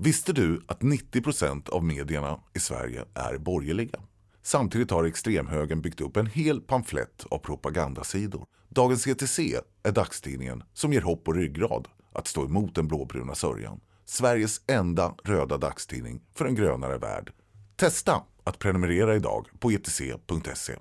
Visste du att 90% av medierna i Sverige är borgerliga? Samtidigt har extremhögern byggt upp en hel pamflett av propagandasidor. Dagens ETC är dagstidningen som ger hopp och ryggrad att stå emot den blåbruna sörjan. Sveriges enda röda dagstidning för en grönare värld. Testa att prenumerera idag på etc.se.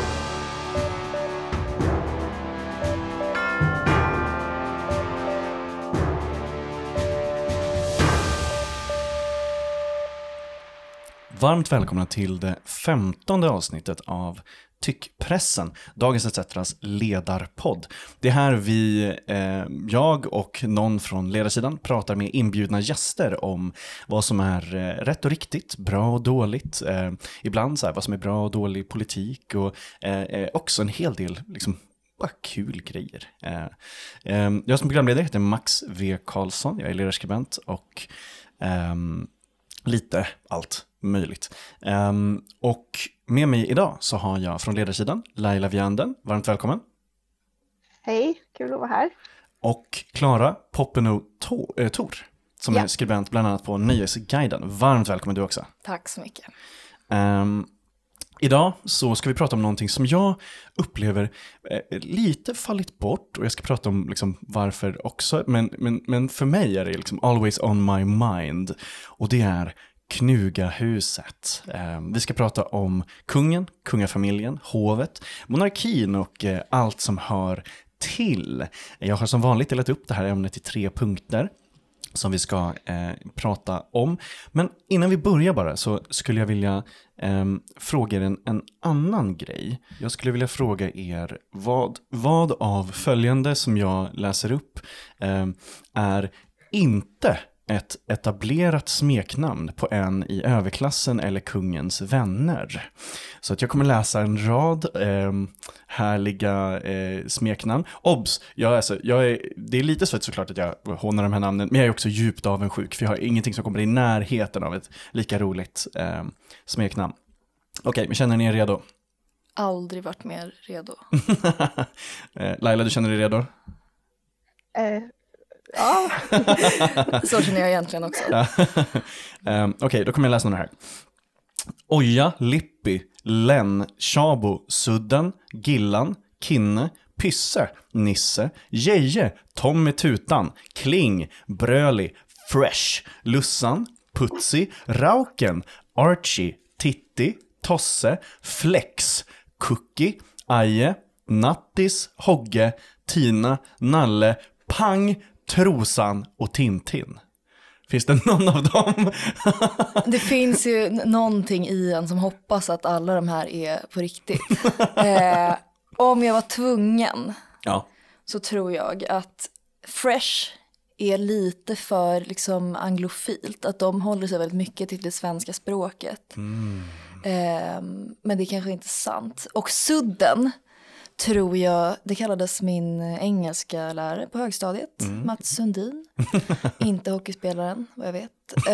Varmt välkomna till det 15:e avsnittet av Tyckpressen, Dagens ETC:s ledarpodd. Det är här jag och någon från ledarsidan pratar med inbjudna gäster om vad som är rätt och riktigt, bra och dåligt. Ibland så här, vad som är bra och dålig politik och också en hel del liksom, bara kul grejer. Jag som programledare heter Max V. Karlsson, jag är ledarskribent och lite allt möjligt. Och med mig idag så har jag från ledarsidan Laila Vianden. Varmt välkommen. Hej, kul att vara här. Och Klara Poppeno Tor som är skribent bland annat på Nöjesguiden. Varmt välkommen du också. Tack så mycket. Idag så ska vi prata om någonting som jag upplever lite fallit bort, och jag ska prata om liksom varför också, men för mig är det liksom always on my mind, och det är Knugahuset. Vi ska prata om kungen, kungafamiljen, hovet, monarkin och allt som hör till. Jag har som vanligt delat upp det här ämnet i 3 punkter som vi ska prata om. Men innan vi börjar bara så skulle jag vilja fråga er en annan grej. Jag skulle vilja fråga er vad av följande som jag läser upp är inte ett etablerat smeknamn på en i överklassen eller kungens vänner. Så att jag kommer läsa en rad härliga smeknamn. Obs! Det är lite svårt såklart att jag hånar de här namnen, men jag är också djupt avundsjuk för jag har ingenting som kommer i närheten av ett lika roligt smeknamn. Okej, men känner ni er redo? Aldrig varit mer redo. Laila, du känner dig redo? Ja. Så känner jag egentligen också. Okej, då kommer jag läsa den här. Oja, Lippi, Len, Chabo, Sudden, Gillan, Kinne, Pysse, Nisse, Geje, Tommy Tutan, Kling, Bröli, Fresh, Lussan, Putsi, Rauken, Archie, Titti, Tosse, Flex, Cookie, Aje, Nattis, Hogge, Tina, Nalle, Pang, Trosan och Tintin. Finns det någon av dem? Det finns ju någonting i en som hoppas att alla de här är på riktigt. Om jag var tvungen så tror jag att Fresh är lite för liksom anglofilt. Att de håller sig väldigt mycket till det svenska språket. Men det är kanske inte sant. Och Sudden tror jag, det kallades min engelska lärare på högstadiet, Mats Sundin. Inte hockeyspelaren, vad jag vet.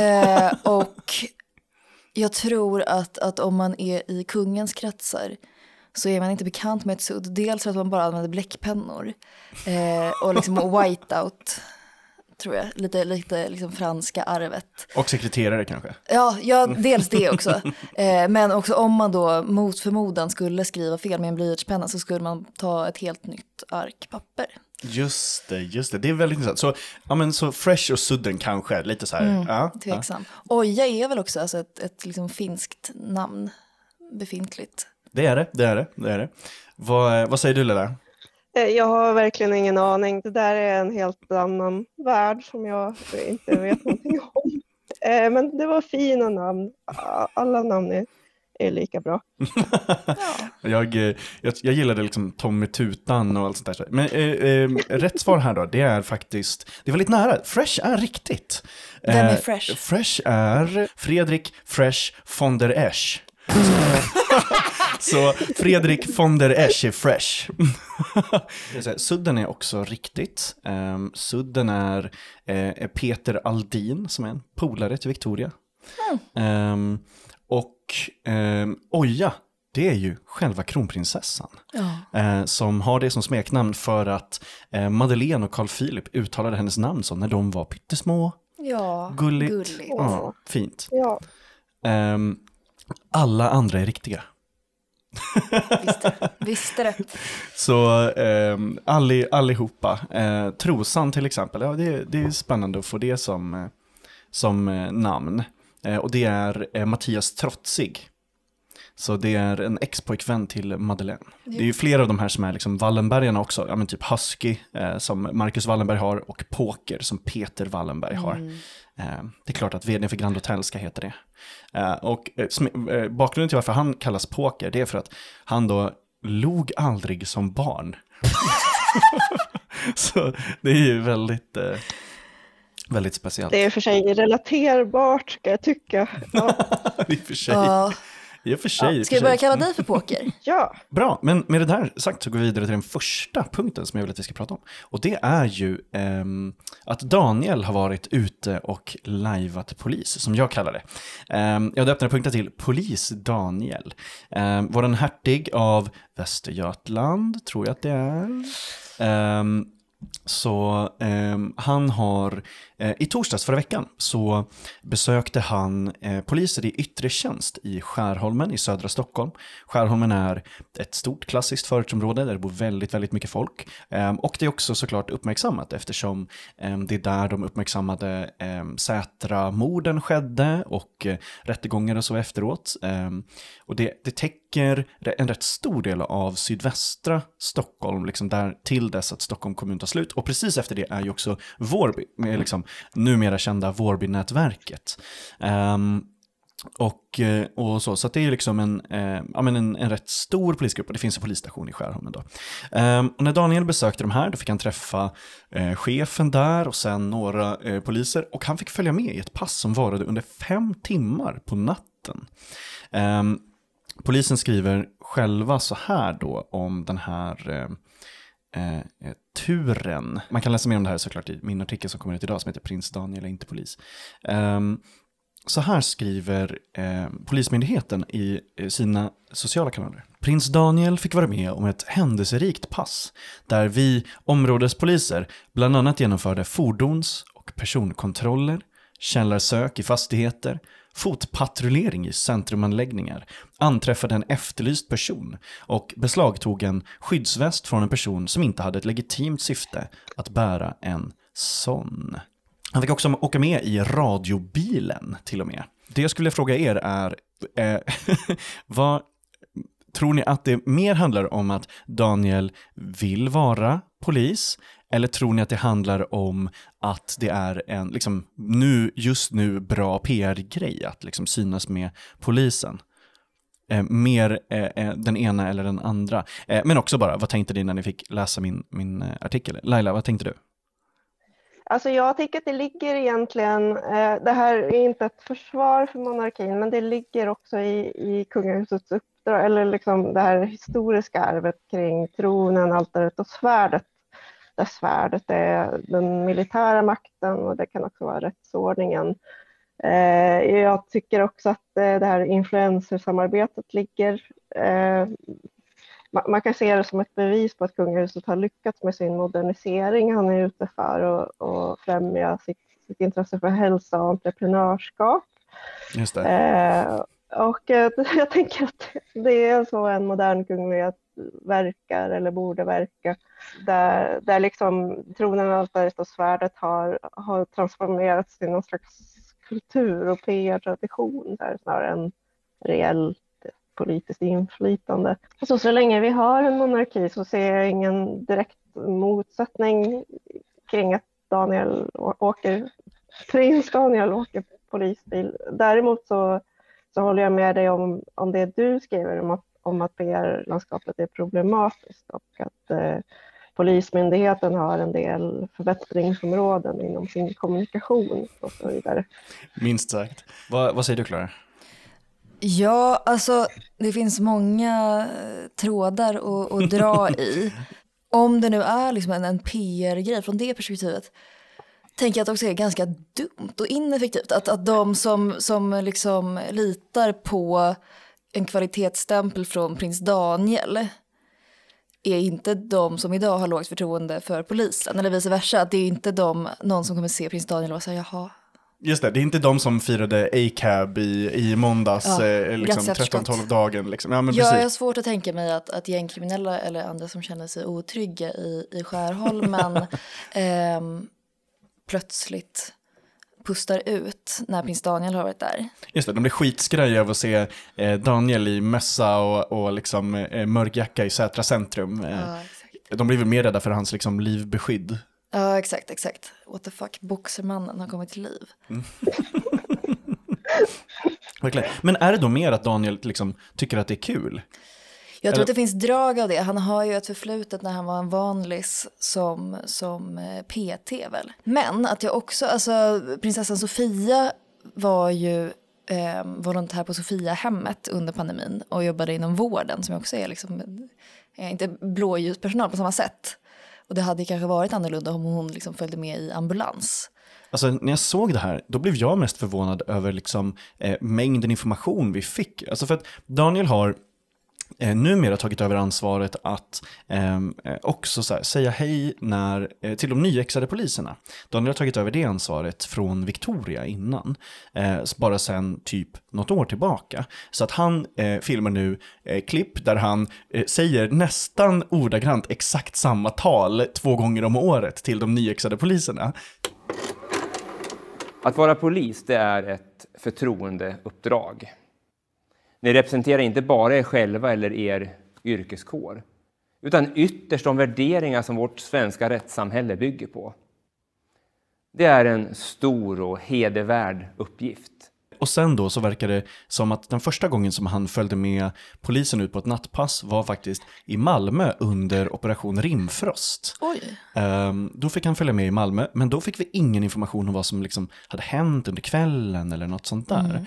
Och jag tror att om man är i kungens kretsar så är man inte bekant med ett sudd. Dels för att man bara använder bläckpennor och liksom whiteout, tror jag. Lite liksom franska arvet. Och sekreterare kanske? Ja, dels det också. Men också om man då mot förmodan skulle skriva fel med en blyertspenna så skulle man ta ett helt nytt ark papper. Just det. Det är väldigt intressant. Så Fresh och Sudden kanske, lite så här. Tveksam. Oja är väl också alltså ett liksom finskt namn befintligt. Det är det. Vad säger du, Lilla? Jag har verkligen ingen aning. Det där är en helt annan värld som jag inte vet någonting om. Men det var fina namn. Alla namn är lika bra. Jag gillade liksom Tommy Tutan och allt sånt där. Men rätt svar här då, det är faktiskt, det var lite nära. Fresh är riktigt. Vem är Fresh? Fresh är Fredrik Fresh von der Esch. Så Fredrik von der Esch är Fresh. Sudden är också riktigt. Sudden är Peter Aldin som är en polare till Victoria. Och Oja, det är ju själva kronprinsessan. Som har det som smeknamn för att Madeleine och Carl Philip uttalade hennes namn så när de var pyttesmå. Ja, gulligt. Ja, fint. Ja. Alla andra är riktiga. Visst rätt. Så allihopa. Trosan till exempel, ja, det är spännande att få det som namn. Och det är Mattias Trotsig. Så det är en ex-pojkvän till Madeleine. Det är ju flera av de här som är liksom Wallenbergarna också. Ja, men typ Husky som Marcus Wallenberg har och Poker som Peter Wallenberg har. Det är klart att vd för Grand Hotel ska heta det. Och bakgrunden till varför han kallas Poker, det är för att han då log aldrig som barn. Så det är ju väldigt speciellt. Det är för sig relaterbart, ska jag tycka. Ja. I och för sig. I och för sig. Ska jag börja kalla dig för Poker? Ja. Bra, men med det där sagt så går vi vidare till den första punkten som jag vill att vi ska prata om. Och det är ju att Daniel har varit ute och lajvat polis, som jag kallar det. Jag döpte punkten till Polis Daniel. Våran hertig av Västergötland, tror jag att det är. Så han har i torsdags förra veckan så besökte han poliser i yttre tjänst i Skärholmen i södra Stockholm. Skärholmen är ett stort klassiskt förortsområde där det bor väldigt, väldigt mycket folk. Och det är också såklart uppmärksammat eftersom det är där de uppmärksammade Sätra-morden skedde och rättegångar och så efteråt. Och det täcker en rätt stor del av sydvästra Stockholm, liksom där till dess att Stockholm kommun tar slut. Och precis efter det är ju också Vårby, liksom numera kända Vårbynätverket. Och så att det är liksom en rätt stor polisgrupp, och det finns en polisstation i Skärholmen då. Och när Daniel besökte de här, då fick han träffa chefen där och sen några poliser, och han fick följa med i ett pass som varade under 5 timmar på natten. Polisen skriver själva så här då om den här turen. Man kan läsa mer om det här såklart i min artikel som kommer ut idag som heter Prins Daniel är inte polis. Så här skriver Polismyndigheten i sina sociala kanaler. Prins Daniel fick vara med om ett händelserikt pass där vi områdespoliser bland annat genomförde fordons- och personkontroller, källarsök i fastigheter, fotpatrullering i centrumanläggningar, anträffade en efterlyst person och beslagtog en skyddsväst från en person som inte hade ett legitimt syfte att bära en sån. Han fick också åka med i radiobilen till och med. Det jag skulle fråga er är, vad tror ni att det mer handlar om att Daniel vill vara polis, eller tror ni att det handlar om att det är en liksom, just nu bra PR-grej att liksom synas med polisen? Mer den ena eller den andra. Men också bara, vad tänkte ni när ni fick läsa min artikel? Laila, vad tänkte du? Alltså jag tycker att det ligger egentligen, det här är inte ett försvar för monarkin, men det ligger också i kungahusets uppdrag, eller liksom det här historiska arvet kring tronen, altaret och svärdet. Där svärdet är den militära makten och det kan också vara rättsordningen. Jag tycker också att det här influencersamarbetet ligger, man kan se det som ett bevis på att kungahuset har lyckats med sin modernisering. Han är ute för att främja sitt intresse för hälsa och entreprenörskap. Just det. Och jag tänker att det är så en modern kunglighet verkar eller borde verka. Där liksom tronen, altaret och svärdet har transformerats till någon slags kultur och PR-tradition där snarare än reellt politiskt inflytande. Så länge vi har en monarki så ser jag ingen direkt motsättning kring att prins Daniel åker polisbil. Däremot så håller jag med dig om det du skriver om att PR-landskapet är problematiskt och att Polismyndigheten har en del förbättringsområden inom sin kommunikation och så vidare. Minst sagt. Vad säger du, Clara? Ja, alltså det finns många trådar att dra i. Om det nu är liksom en PR-grej från det perspektivet, tänker jag att det också är ganska dumt och ineffektivt. Att de som liksom litar på en kvalitetsstämpel från prins Daniel är inte de som idag har lågt förtroende för polisen. Eller vice versa, att det är inte någon som kommer se prins Daniel och säga, jaha, Just det är inte de som firade A-cab i måndags, liksom 13-12-dagen. Liksom. Ja, men jag har svårt att tänka mig att gängkriminella eller andra som känner sig otrygga i Skärholmen plötsligt pustar ut när prins Daniel har varit där. Just det, de blir skitskraja av att se Daniel i mössa och liksom mörk jacka i Sätra centrum. De blir väl mer rädda för hans liksom livbeskydd. Ja, exakt. What the fuck, boxermannen har kommit till liv. Verkligen. Men är det då mer att Daniel liksom tycker att det är kul? Jag tror att det finns drag av det. Han har ju ett förflutet när han var en vanlis som PT väl. Men att jag också, alltså prinsessan Sofia var ju volontär på Sofia-hemmet under pandemin och jobbade inom vården som också är liksom, inte blåljuspersonal på samma sätt. Och det hade kanske varit annorlunda om hon liksom följde med i ambulans. Alltså när jag såg det här, då blev jag mest förvånad över liksom, mängden information vi fick. Alltså för att Daniel har numera tagit över ansvaret att också så här, säga hej till de nyexade poliserna. Daniel har tagit över det ansvaret från Victoria innan. Bara sen typ något år tillbaka. Så att han filmar nu klipp där han säger nästan ordagrant exakt samma tal 2 gånger om året till de nyexade poliserna. Att vara polis, det är ett förtroendeuppdrag. Ni representerar inte bara er själva eller er yrkeskår, utan ytterst de värderingar som vårt svenska rättssamhälle bygger på. Det är en stor och hedervärd uppgift. Och sen då så verkar det som att den första gången som han följde med polisen ut på ett nattpass var faktiskt i Malmö under operation Rimfrost. Oj. Då fick han följa med i Malmö, men då fick vi ingen information om vad som liksom hade hänt under kvällen eller något sånt där.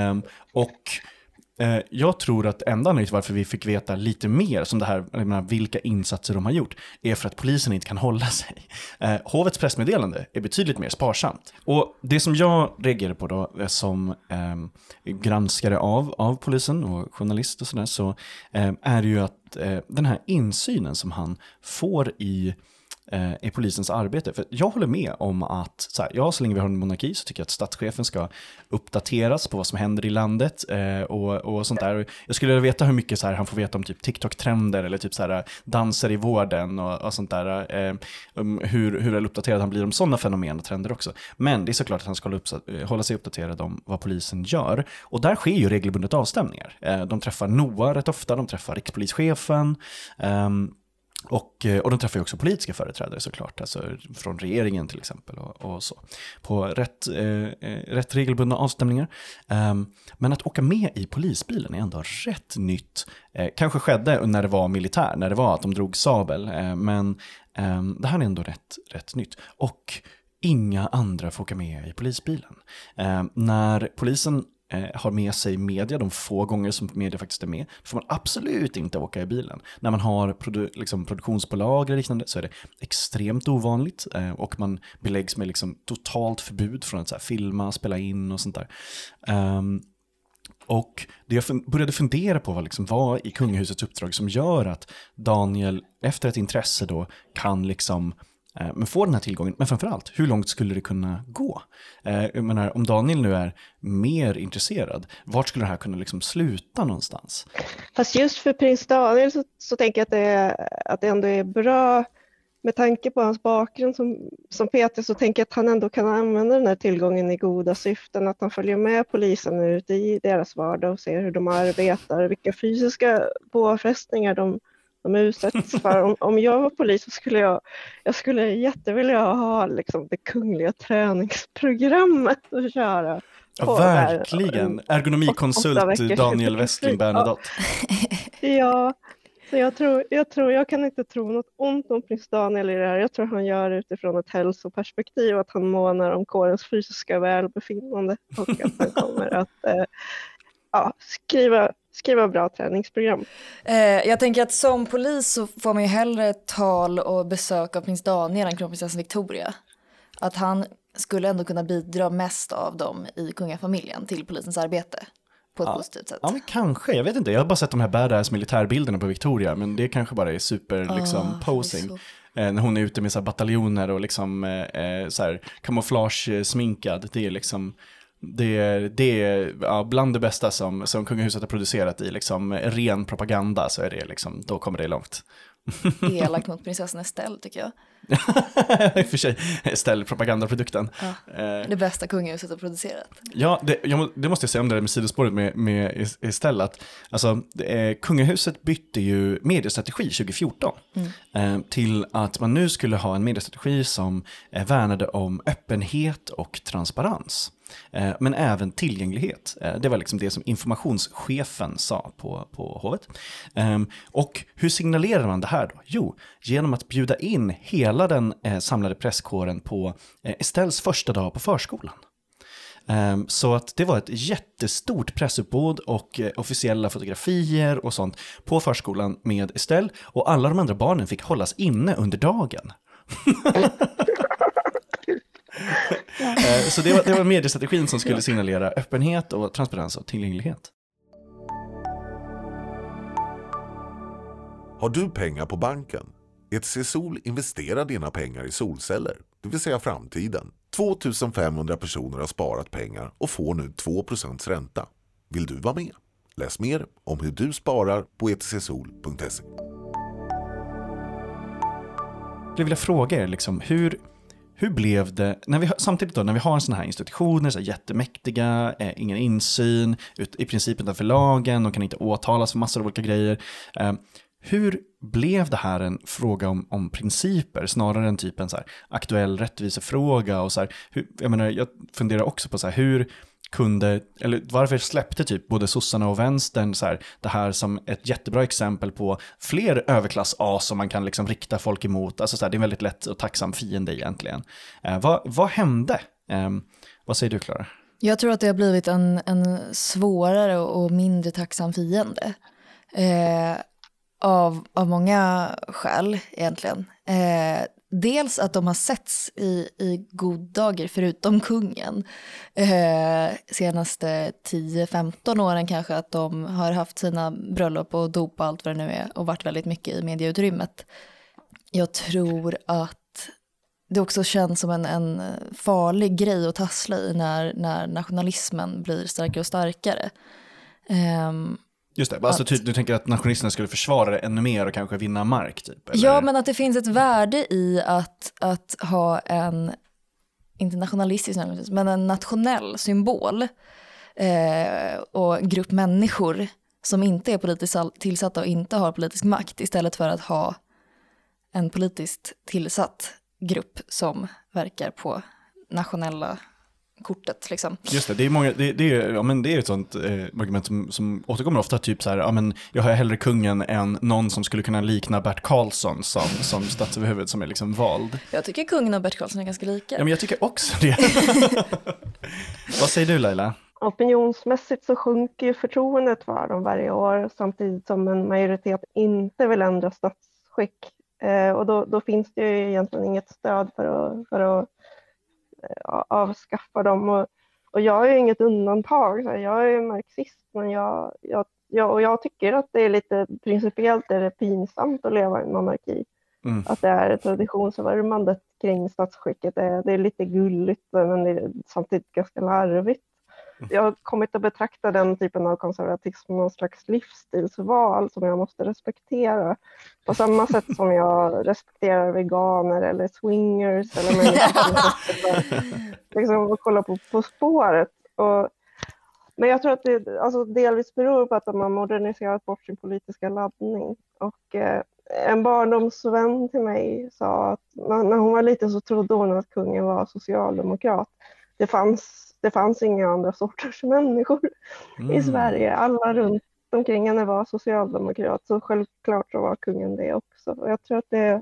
Jag tror att enda anledningen varför vi fick veta lite mer som det här, jag menar, vilka insatser de har gjort, är för att polisen inte kan hålla sig. Hovets pressmeddelande är betydligt mer sparsamt. Och det som jag reagerar på då som granskare av polisen och journalist och sådär, så är det ju att den här insynen som han får i polisens arbete. För jag håller med om att så länge vi har en monarki så tycker jag att statschefen ska uppdateras på vad som händer i landet och sånt där. Jag skulle vilja veta hur mycket så här, han får veta om typ TikTok-trender eller typ så här, danser i vården och sånt där. Hur uppdaterad han blir om sådana fenomen och trender också. Men det är såklart att han ska hålla sig uppdaterad om vad polisen gör. Och där sker ju regelbundet avstämningar. De träffar NOA rätt ofta, de träffar rikspolischefen. Och de träffar ju också politiska företrädare såklart, alltså från regeringen till exempel och så, på rätt regelbundna avstämningar. Men att åka med i polisbilen är ändå rätt nytt. Kanske skedde när det var militär, när det var att de drog sabel, men det här är ändå rätt nytt. Och inga andra får åka med i polisbilen. När polisen har med sig media, de få gånger som media faktiskt är med, får man absolut inte åka i bilen. När man har produktionsbolag eller liknande så är det extremt ovanligt och man beläggs med liksom totalt förbud från att så här, filma, spela in och sånt där. Och det jag började fundera på var i kungahusets uppdrag som gör att Daniel efter ett intresse då kan liksom men få den här tillgången, men framförallt, hur långt skulle det kunna gå? Jag menar, om Daniel nu är mer intresserad, vart skulle det här kunna liksom sluta någonstans? Fast just för prins Daniel så tänker jag att det ändå är bra med tanke på hans bakgrund som Peter, så tänker jag att han ändå kan använda den här tillgången i goda syften, att han följer med polisen ute i deras vardag och ser hur de arbetar, vilka fysiska påfrestningar de utsätts för. Om jag var polis så skulle jag skulle jättevilja ha liksom det kungliga träningsprogrammet att köra. Ja, verkligen. Ergonomikonsult Daniel Westling Bernadotte. Ja, så jag kan inte tro något ont om prins Daniel i det här. Jag tror han gör utifrån ett hälsoperspektiv att han månar om kårens fysiska välbefinnande och att han kommer att skriva bra träningsprogram. Jag tänker att som polis så får man ju hellre tal och besök av prins Daniel än kronprinsessan Victoria. Att han skulle ändå kunna bidra mest av dem i kungafamiljen till polisens arbete på ett positivt sätt. Ja, men kanske. Jag vet inte. Jag har bara sett de här badass militärbilderna på Victoria, men det kanske bara är super liksom posing. när hon är ute med så här bataljoner och liksom så här kamouflage-sminkad. Det är liksom det är bland det bästa som kungahuset har producerat i liksom ren propaganda, så är det liksom, då kommer det långt. Elakt mot prinsessan Estelle, tycker jag. I och för sig, Estelle, propagandaprodukten. Ja, det bästa kungahuset har producerat. Ja, det måste jag säga om det där med sidospåret med Estelle. Att, alltså, kungahuset bytte ju mediestrategi 2014 till att man nu skulle ha en mediestrategi som värnade om öppenhet och transparens. Men även tillgänglighet. Det var liksom det som informationschefen sa på hovet. Och hur signalerar man det här då? Jo, genom att bjuda in hela den samlade presskåren på Estelles första dag på förskolan. Så att det var ett jättestort pressuppbåd och officiella fotografier och sånt på förskolan med Estelle. Och alla de andra barnen fick hållas inne under dagen. Så det var mediestrategin som skulle signalera öppenhet och transparens och tillgänglighet. Har du pengar på banken? ETC Sol investerar dina pengar i solceller, det vill säga framtiden. 2500 personer har sparat pengar och får nu 2% ränta. Vill du vara med? Läs mer om hur du sparar på etcsol.se. Jag vill fråga er liksom, hur blev det, samtidigt då, när vi har en sån här institutioner, så här jättemäktiga, ingen insyn, i princip utanför lagen, de kan inte åtalas för massor av olika grejer. Hur blev det här en fråga om principer snarare än typ en så här aktuell rättvisefråga? Och så här, jag funderar också på så här, hur kunde, eller varför släppte typ både sossarna och vänstern så här, det här som ett jättebra exempel på fler överklass-as som man kan liksom rikta folk emot. Alltså så här, det är en väldigt lätt och tacksam fiende egentligen. Vad hände? Vad säger du, Klara? Jag tror att det har blivit en svårare och mindre tacksam fiende. Av många skäl egentligen. Dels att de har setts i god dagar förutom kungen. Senaste 10-15 åren kanske, att de har haft sina bröllop och dop och allt vad det nu är och varit väldigt mycket i medieutrymmet. Jag tror att det också känns som en farlig grej att tassla i när nationalismen blir starkare och starkare. Just det, alltså du tänker att nationalisterna skulle försvara det ännu mer och kanske vinna mark typ? Eller? Ja, men att det finns ett värde i att ha en, inte nationalistisk, men en nationell symbol och grupp människor som inte är politiskt tillsatta och inte har politisk makt, istället för att ha en politiskt tillsatt grupp som verkar på nationella kortet liksom. Just det, det är många, det är ett sånt argument som återkommer ofta, typ så här, ja men jag har hellre kungen än någon som skulle kunna likna Bert Karlsson som statsöverhuvud som är liksom vald. Jag tycker kungen och Bert Karlsson är ganska lika. Ja, men jag tycker också det. Vad säger du, Laila? Opinionsmässigt så sjunker ju förtroendet för dem varje år, samtidigt som en majoritet inte vill ändra statsskick. Och då finns det ju egentligen inget stöd för att avskaffa dem. Och jag är inget undantag. Jag är marxist, men jag tycker att det är lite principiellt är det pinsamt att leva i en monarki. Att det är traditionsvärmandet kring statsskicket. Det är lite gulligt, men det är samtidigt ganska larvigt. Jag har kommit att betrakta den typen av konservatism som någon slags livsstilsval som jag måste respektera. På samma sätt som jag respekterar veganer eller swingers eller människor liksom att kolla på spåret. Men jag tror att det alltså delvis beror på att de har moderniserat bort sin politiska laddning. Och en barndomsvän till mig sa att när hon var liten så trodde hon att kungen var socialdemokrat. Det fanns inga andra sorters människor i Sverige. Alla runt omkring henne var socialdemokrat. Så självklart så var kungen det också. Och jag tror att det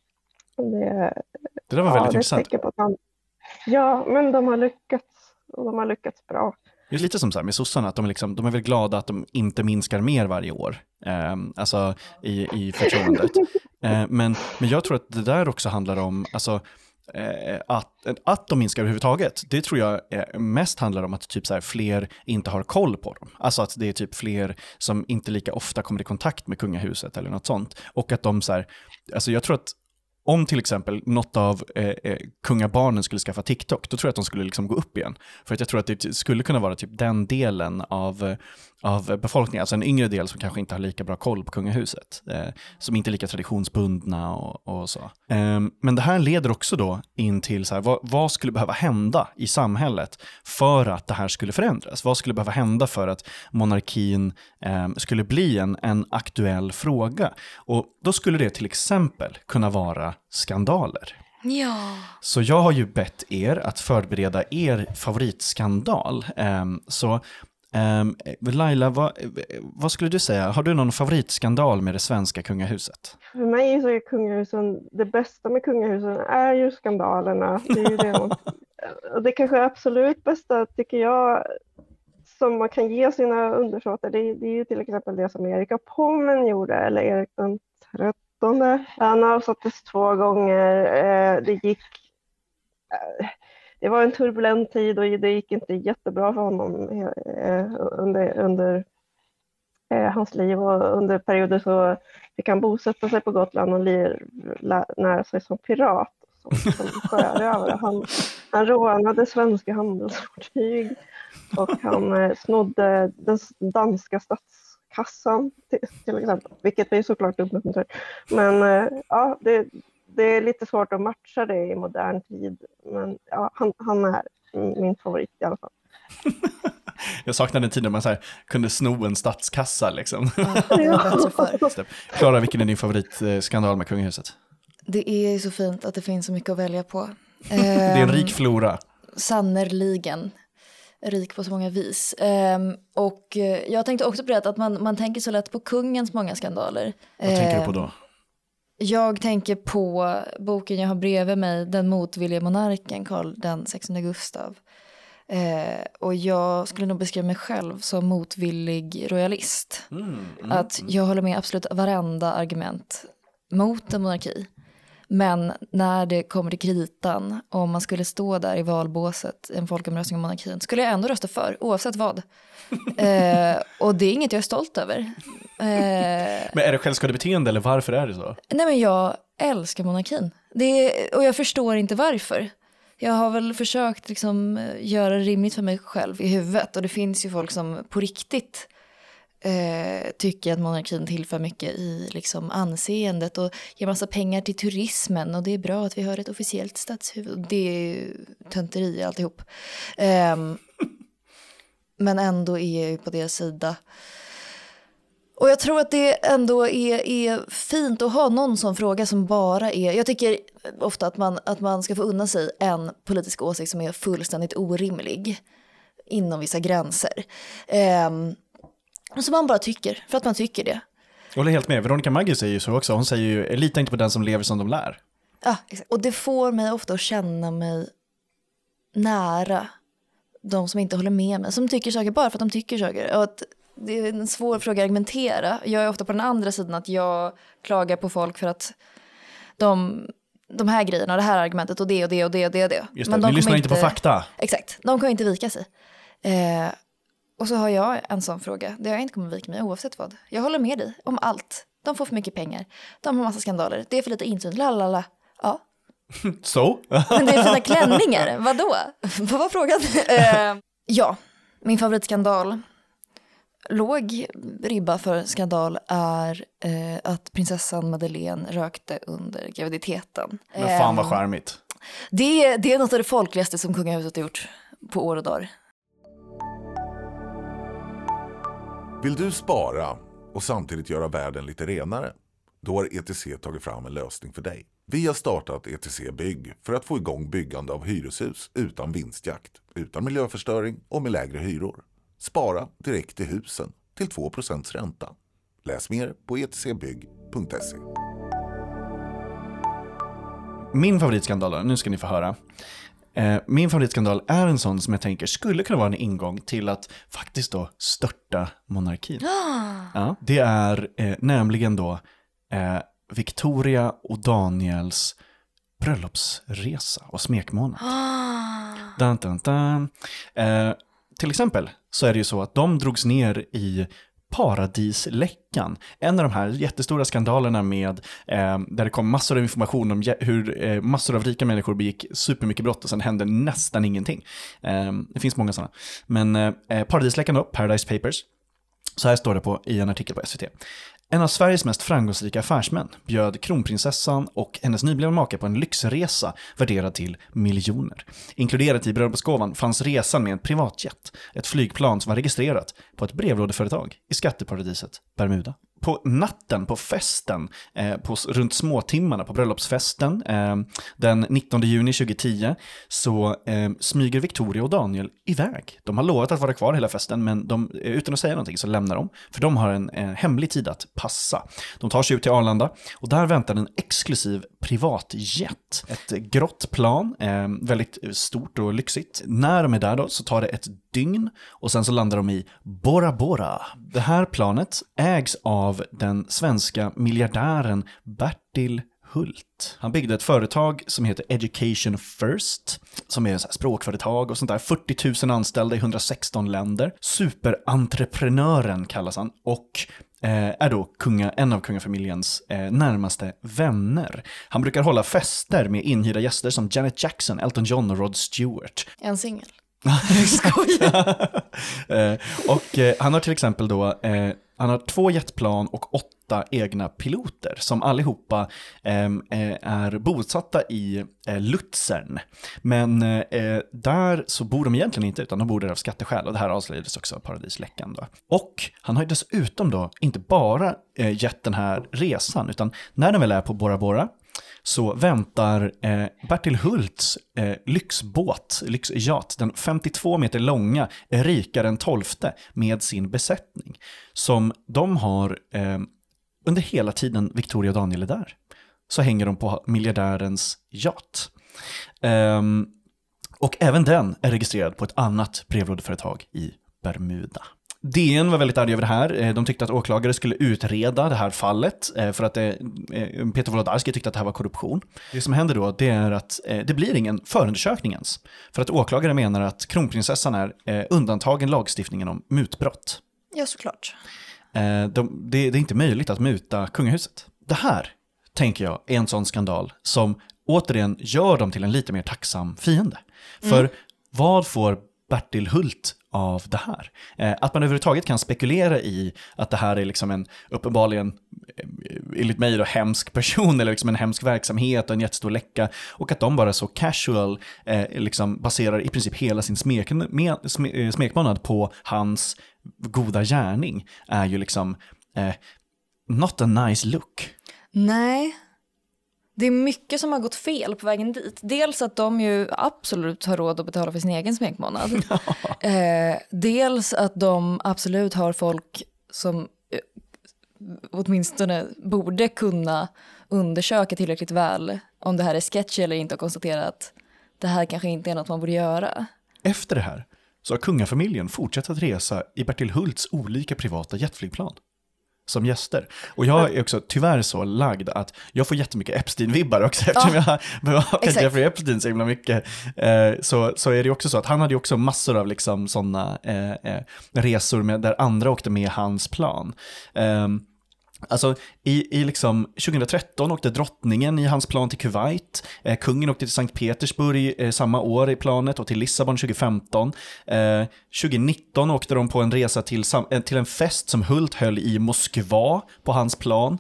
där var väldigt intressant. Ja, men de har lyckats. Och de har lyckats bra. Det är lite som så här med sossarna, att de är väl glada att de inte minskar mer varje år. Alltså i förtroendet. Men jag tror att det där också handlar om... Alltså, att de minskar överhuvudtaget, det tror jag mest handlar om att typ så här, fler inte har koll på dem. Alltså att det är typ fler som inte lika ofta kommer i kontakt med kungahuset eller något sånt. Och att de så här, alltså jag tror att om till exempel något av kungabarnen skulle skaffa TikTok, då tror jag att de skulle liksom gå upp igen. För att jag tror att det skulle kunna vara typ den delen av befolkningen, alltså en yngre del som kanske inte har lika bra koll på kungahuset, som inte är lika traditionsbundna och så. Men det här leder också då in till så här, vad skulle behöva hända i samhället för att det här skulle förändras? Vad skulle behöva hända för att monarkin skulle bli en aktuell fråga? Och då skulle det till exempel kunna vara skandaler. Ja. Så jag har ju bett er att förbereda er favoritskandal. Laila, vad skulle du säga? Har du någon favoritskandal med det svenska kungahuset? För mig så är kungahusen, det bästa med kungahusen är ju skandalerna. Det är ju det. Det kanske absolut bästa tycker jag som man kan ge sina undersåtar, det är ju till exempel det som Erik av Pommern gjorde, eller Erik den 13. Han avsattes 2 gånger. Det var en turbulent tid och det gick inte jättebra för honom under hans liv, och under perioder så fick han bosätta sig på Gotland och nära sig som pirat, som sjörövare. Han rånade svenska handelsfartyg och han snodde den danska statskassan till exempel, vilket är såklart dumt. Men ja, det är lite svårt att matcha det i modern tid. Men ja, han är min favorit i alla fall. Jag saknade en tid när man så här kunde sno en statskassa liksom. Ja. Klara, vilken är din favoritskandal med kungahuset? Det är så fint att det finns så mycket att välja på. Det är en rik flora. Sannerligen. Rik på så många vis. Och jag tänkte också på det att man tänker så lätt på kungens många skandaler. Vad tänker du på då? Jag tänker på boken jag har bredvid mig, Den motvillige monarken, Carl den 16 Gustav. Och jag skulle nog beskriva mig själv som motvillig royalist. Att jag håller med absolut varenda argument mot en monarki. Men när det kommer till kritan, om man skulle stå där i valbåset, en folkomröstning om monarkin, skulle jag ändå rösta för, oavsett vad. Och det är inget jag är stolt över. Men är det självskadebeteende eller varför är det så? Nej, men jag älskar monarkin. Och jag förstår inte varför. Jag har väl försökt liksom göra det rimligt för mig själv i huvudet. Och det finns ju folk som på riktigt tycker att monarkin tillför mycket i liksom anseendet och ger massa pengar till turismen, och det är bra att vi har ett officiellt stadshuvud. Det är ju tönteri alltihop. Men ändå är jag ju på deras sida. Och jag tror att det ändå är fint att ha någon sån fråga som bara är... Jag tycker ofta att man ska få unna sig en politisk åsikt som är fullständigt orimlig inom vissa gränser. Som man bara tycker, för att man tycker det. Jag håller helt med. Veronica Maggio säger ju så också. Hon säger ju, lita inte på den som lever som de lär. Ja, exakt. Och det får mig ofta att känna mig nära de som inte håller med mig. Som tycker saker bara för att de tycker saker. Och att det är en svår fråga att argumentera. Jag är ofta på den andra sidan att jag klagar på folk för att de här grejerna, det här argumentet och det och det och det och det och det. Just det, men ni lyssnar inte på fakta. Exakt, de kommer inte vika sig. Och så har jag en sån fråga där jag inte kommer vika mig oavsett vad. Jag håller med dig om allt. De får för mycket pengar. De har massa skandaler. Det är för lite insyn. Lalala. Ja. Så? Men det är fina klänningar. Vadå? Vad var frågan? Ja, min favoritskandal. Låg ribba för skandal är att prinsessan Madeleine rökte under graviditeten. Men fan vad charmigt. Det är något av det folkligaste som kungahuset har gjort på år och dagar. Vill du spara och samtidigt göra världen lite renare? Då har ETC tagit fram en lösning för dig. Vi har startat ETC Bygg för att få igång byggande av hyreshus utan vinstjakt, utan miljöförstöring och med lägre hyror. Spara direkt i husen till 2% ränta. Läs mer på etcbygg.se. Min favoritskandal, nu ska ni få höra. Min favoritskandal är en sån som jag tänker skulle kunna vara en ingång till att faktiskt då störta monarkin. Ja, det är nämligen då Victoria och Daniels bröllopsresa och smekmånad. Till exempel så är det ju så att de drogs ner i paradisläckan. En av de här jättestora skandalerna med där det kom massor av information om hur massor av rika människor begick supermycket brott och sen hände nästan ingenting. Det finns många sådana. Men paradisläckan då, Paradise Papers. Så här står det i en artikel på SVT. En av Sveriges mest framgångsrika affärsmän bjöd kronprinsessan och hennes nyblivna make på en lyxresa värderad till miljoner. Inkluderat i bröllopsgåvan fanns resan med en privatjet, ett flygplan som var registrerat på ett brevlådeföretag i skatteparadiset Bermuda. På natten, på festen, runt småtimmarna på bröllopsfesten den 19 juni 2010 så smyger Victoria och Daniel iväg. De har lovat att vara kvar hela festen, men utan att säga någonting så lämnar de. För de har en hemlig tid att passa. De tar sig ut till Arlanda och där väntar en exklusiv privatjet. Ett grått plan, väldigt stort och lyxigt. När de är där då så tar det ett dygn och sen så landar de i Bora Bora. Det här planet ägs av den svenska miljardären Bertil Hult. Han byggde ett företag som heter Education First, som är ett språkföretag och sånt där. 40 000 anställda i 116 länder. Superentreprenören kallas han och är då en av kungafamiljens närmaste vänner. Han brukar hålla fester med inhyrda gäster som Janet Jackson, Elton John och Rod Stewart. En singel. Och han har till exempel då han har 2 jetplan och 8 egna piloter som allihopa är bosatta i Luzern. Men där så bor de egentligen inte, utan de bor där av skatteskäl, och det här avslöjades också av Paradisläckan då. Och han har ju dessutom då inte bara gett den här resan, utan när de väl är på Bora Bora så väntar Bertil Hults lyxyacht, den 52 meter långa Erika den 12:e med sin besättning, som de har under hela tiden Victoria och Daniel är där. Så hänger de på miljardärens yacht. Och även den är registrerad på ett annat brevlådeföretag i Bermuda. DN var väldigt arg över det här. De tyckte att åklagare skulle utreda det här fallet för att Peter Wolodarski tyckte att det här var korruption. Det som händer då, det är att det blir ingen förundersökning ens. För att åklagare menar att kronprinsessan är undantagen lagstiftningen om mutbrott. Ja, såklart. Det är inte möjligt att muta kungahuset. Det här, tänker jag, är en sån skandal som återigen gör dem till en lite mer tacksam fiende. För vad får Bertil Hult av det här? Att man överhuvudtaget kan spekulera i att det här är liksom en uppenbarligen, enligt mig då, hemsk person eller liksom en hemsk verksamhet och en jättestor läcka, och att de bara så casual liksom baserar i princip hela sin smekmånad på hans goda gärning är ju liksom not a nice look. Nej. Det är mycket som har gått fel på vägen dit. Dels att de ju absolut har råd att betala för sin egen smekmånad. Dels att de absolut har folk som åtminstone borde kunna undersöka tillräckligt väl om det här är sketch eller inte, och konstatera att det här kanske inte är något man borde göra. Efter det här så har kungafamiljen fortsatt att resa i Bertil Hults olika privata jetflygplan som gäster. Och jag är också tyvärr så lagd att jag får jättemycket Epstein-vibbar också, eftersom jag bevakar Jeffrey Epstein så himla mycket. Så är det också så att han hade ju också massor av liksom sådana resor där andra åkte med hans plan. Alltså i liksom 2013 åkte drottningen i hans plan till Kuwait, kungen åkte till Sankt Petersburg samma år i planet och till Lissabon 2015. 2019 åkte de på en resa till en fest som Hult höll i Moskva på hans plan.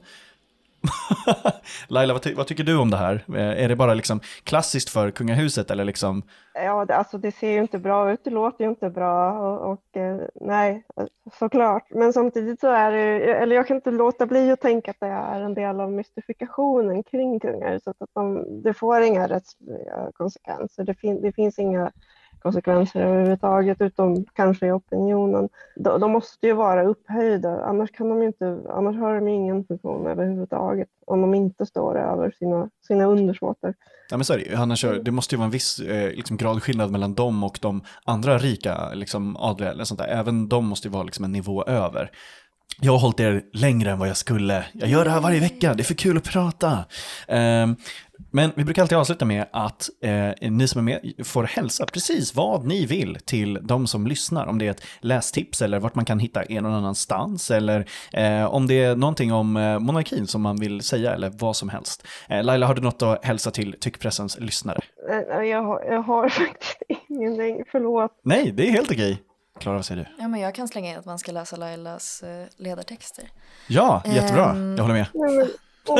Laila, vad tycker du om det här? Är det bara liksom klassiskt för kungahuset eller liksom? Ja, det ser ju inte bra ut, det låter ju inte bra och nej, såklart. Men samtidigt så är det, eller jag kan inte låta bli att tänka att det är en del av mystifikationen kring kungahuset, att det får inga rättsliga konsekvenser. Det finns inga konsekvenser överhuvudtaget, utom kanske i opinionen. De måste ju vara upphöjda, annars har de ingen funktion överhuvudtaget om de inte står över sina undersåtar. Ja, men så är det. Annars, det måste ju vara en viss liksom, gradskillnad mellan dem och de andra rika liksom, adliga eller sånt där. Även de måste ju vara liksom, en nivå över. Jag har hållit er längre än vad jag skulle. Jag gör det här varje vecka, det är för kul att prata. Men vi brukar alltid avsluta med att ni som är med får hälsa precis vad ni vill till de som lyssnar. Om det är ett lästips eller vart man kan hitta en och annanstans. Eller om det är någonting om monarkin som man vill säga eller vad som helst. Laila, har du något att hälsa till Tyckpressens lyssnare? Jag har faktiskt ingenting, förlåt. Nej, det är helt okej. Klara, vad säger du? Ja, men jag kan slänga in att man ska läsa Lailas ledartexter. Ja, jättebra. Jag håller med. Nej, men,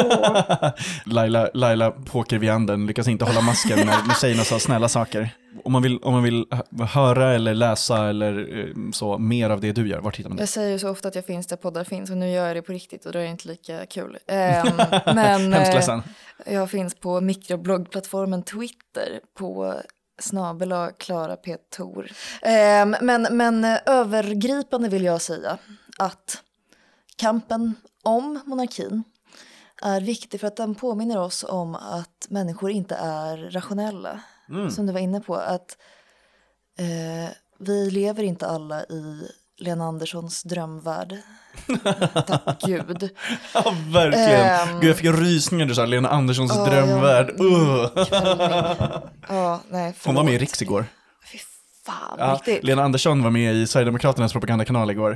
Laila påker vid anden, lyckas inte hålla masken när tjejerna sa snälla saker. Om man vill höra eller läsa eller så mer av det du gör, vart hittar man det? Jag säger ju så ofta att jag finns där poddar finns och nu gör jag det på riktigt och då är det inte lika kul. Men hemskt ledsen. Jag finns på mikrobloggplattformen Twitter på @Klara P. Thor. Men övergripande vill jag säga att kampen om monarkin är viktig för att den påminner oss om att människor inte är rationella. Som du var inne på, att vi lever inte alla i Lena Anderssons drömvärld. Tack Gud. Ja, verkligen. Gud, jag fick en rysning när du sa Lena Anderssons drömvärld. Nej, hon var med i Riks igår. Fy fan, riktigt. Lena Andersson var med i Sverigedemokraternas propagandakanal igår.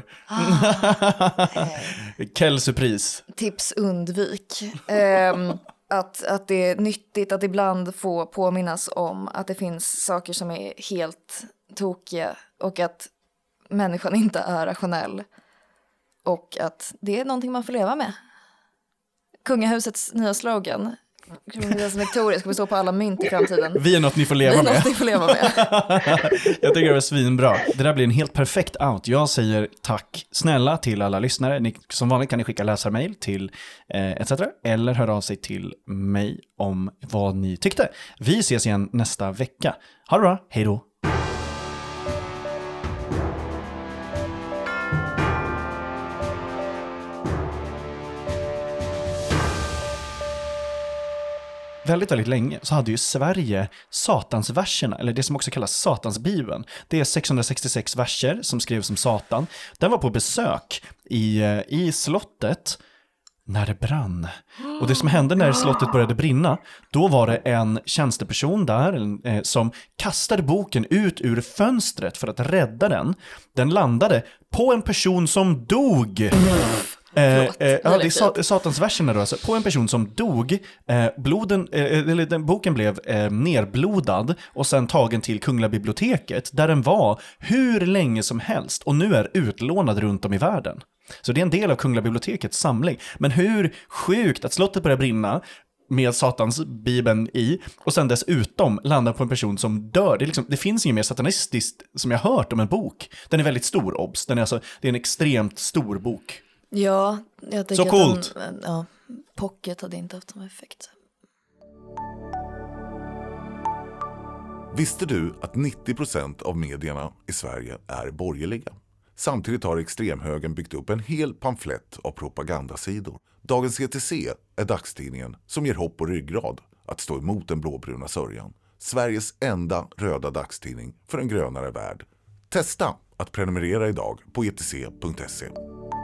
Källsupris. Tips undvik. Att det är nyttigt att ibland få påminnas om att det finns saker som är helt tokiga och att människan inte är rationell och att det är någonting man får leva med. Kungahusets nya slogan, Kronprinsessan Victoria, ska bestå på alla mynt i framtiden. Vi är något ni får leva med. Jag tycker det var svinbra. Det där blir en helt perfekt out. Jag säger tack snälla till alla lyssnare. Som vanligt kan ni skicka läsarmail till etc. eller höra av sig till mig om vad ni tyckte. Vi ses igen nästa vecka. Ha det bra, hej då! Väldigt, väldigt länge så hade ju Sverige satansverserna, eller det som också kallas satansbibeln. Det är 666 verser som skrevs om Satan. Den var på besök i slottet när det brann. Och det som hände när slottet började brinna, då var det en tjänsteperson där som kastade boken ut ur fönstret för att rädda den. Den landade på en person som dog. Det är satansverserna då, alltså. På en person som dog, boken blev nerblodad och sen tagen till Kungliga biblioteket där den var hur länge som helst och nu är utlånad runt om i världen. Så det är en del av Kungliga bibliotekets samling. Men hur sjukt att slottet börjar brinna med satans bibeln i och sen dessutom landar på en person som dör. Det finns inget mer satanistiskt som jag hört om en bok. Den är väldigt stor, obs. Det är en extremt stor bok. Ja, jag tycker så coolt. Att Pocket hade inte haft samma effekt. Visste du att 90% av medierna i Sverige är borgerliga? Samtidigt har extremhögern byggt upp en hel pamflett av propagandasidor. Dagens ETC är dagstidningen som ger hopp och ryggrad att stå emot den blåbruna sörjan. Sveriges enda röda dagstidning för en grönare värld. Testa att prenumerera idag på etc.se.